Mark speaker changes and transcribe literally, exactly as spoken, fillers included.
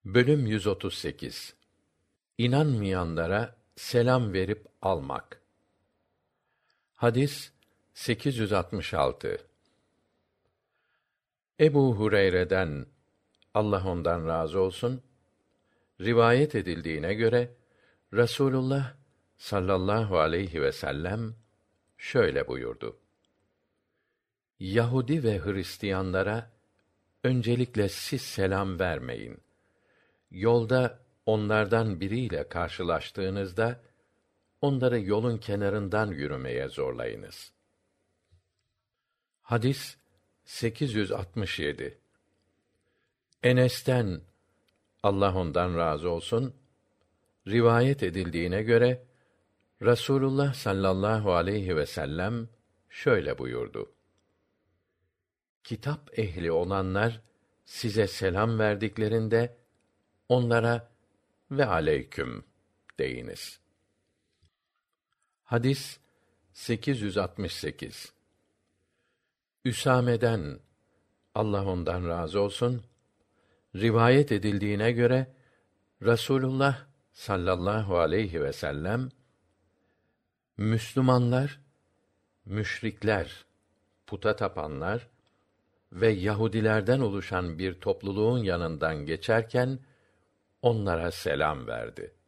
Speaker 1: Bölüm yüz otuz sekiz. İnanmayanlara selam verip almak. Hadis sekiz yüz altmış altı. Ebu Hureyre'den, Allah ondan razı olsun, rivayet edildiğine göre Rasulullah sallallahu aleyhi ve sellem şöyle buyurdu: Yahudi ve Hristiyanlara öncelikle siz selam vermeyin. Yolda onlardan biriyle karşılaştığınızda onları yolun kenarından yürümeye zorlayınız. Hadis sekiz yüz altmış yedi. Enes'ten, Allah ondan razı olsun, rivayet edildiğine göre Rasulullah sallallahu aleyhi ve sellem şöyle buyurdu: Kitap ehli olanlar size selam verdiklerinde onlara ve aleyküm deyiniz. Hadis sekiz yüz altmış sekiz. Üsame'den, Allah ondan razı olsun, rivayet edildiğine göre Rasulullah sallallahu aleyhi ve sellem Müslümanlar, müşrikler, puta tapanlar ve Yahudilerden oluşan bir topluluğun yanından geçerken onlara selam verdi.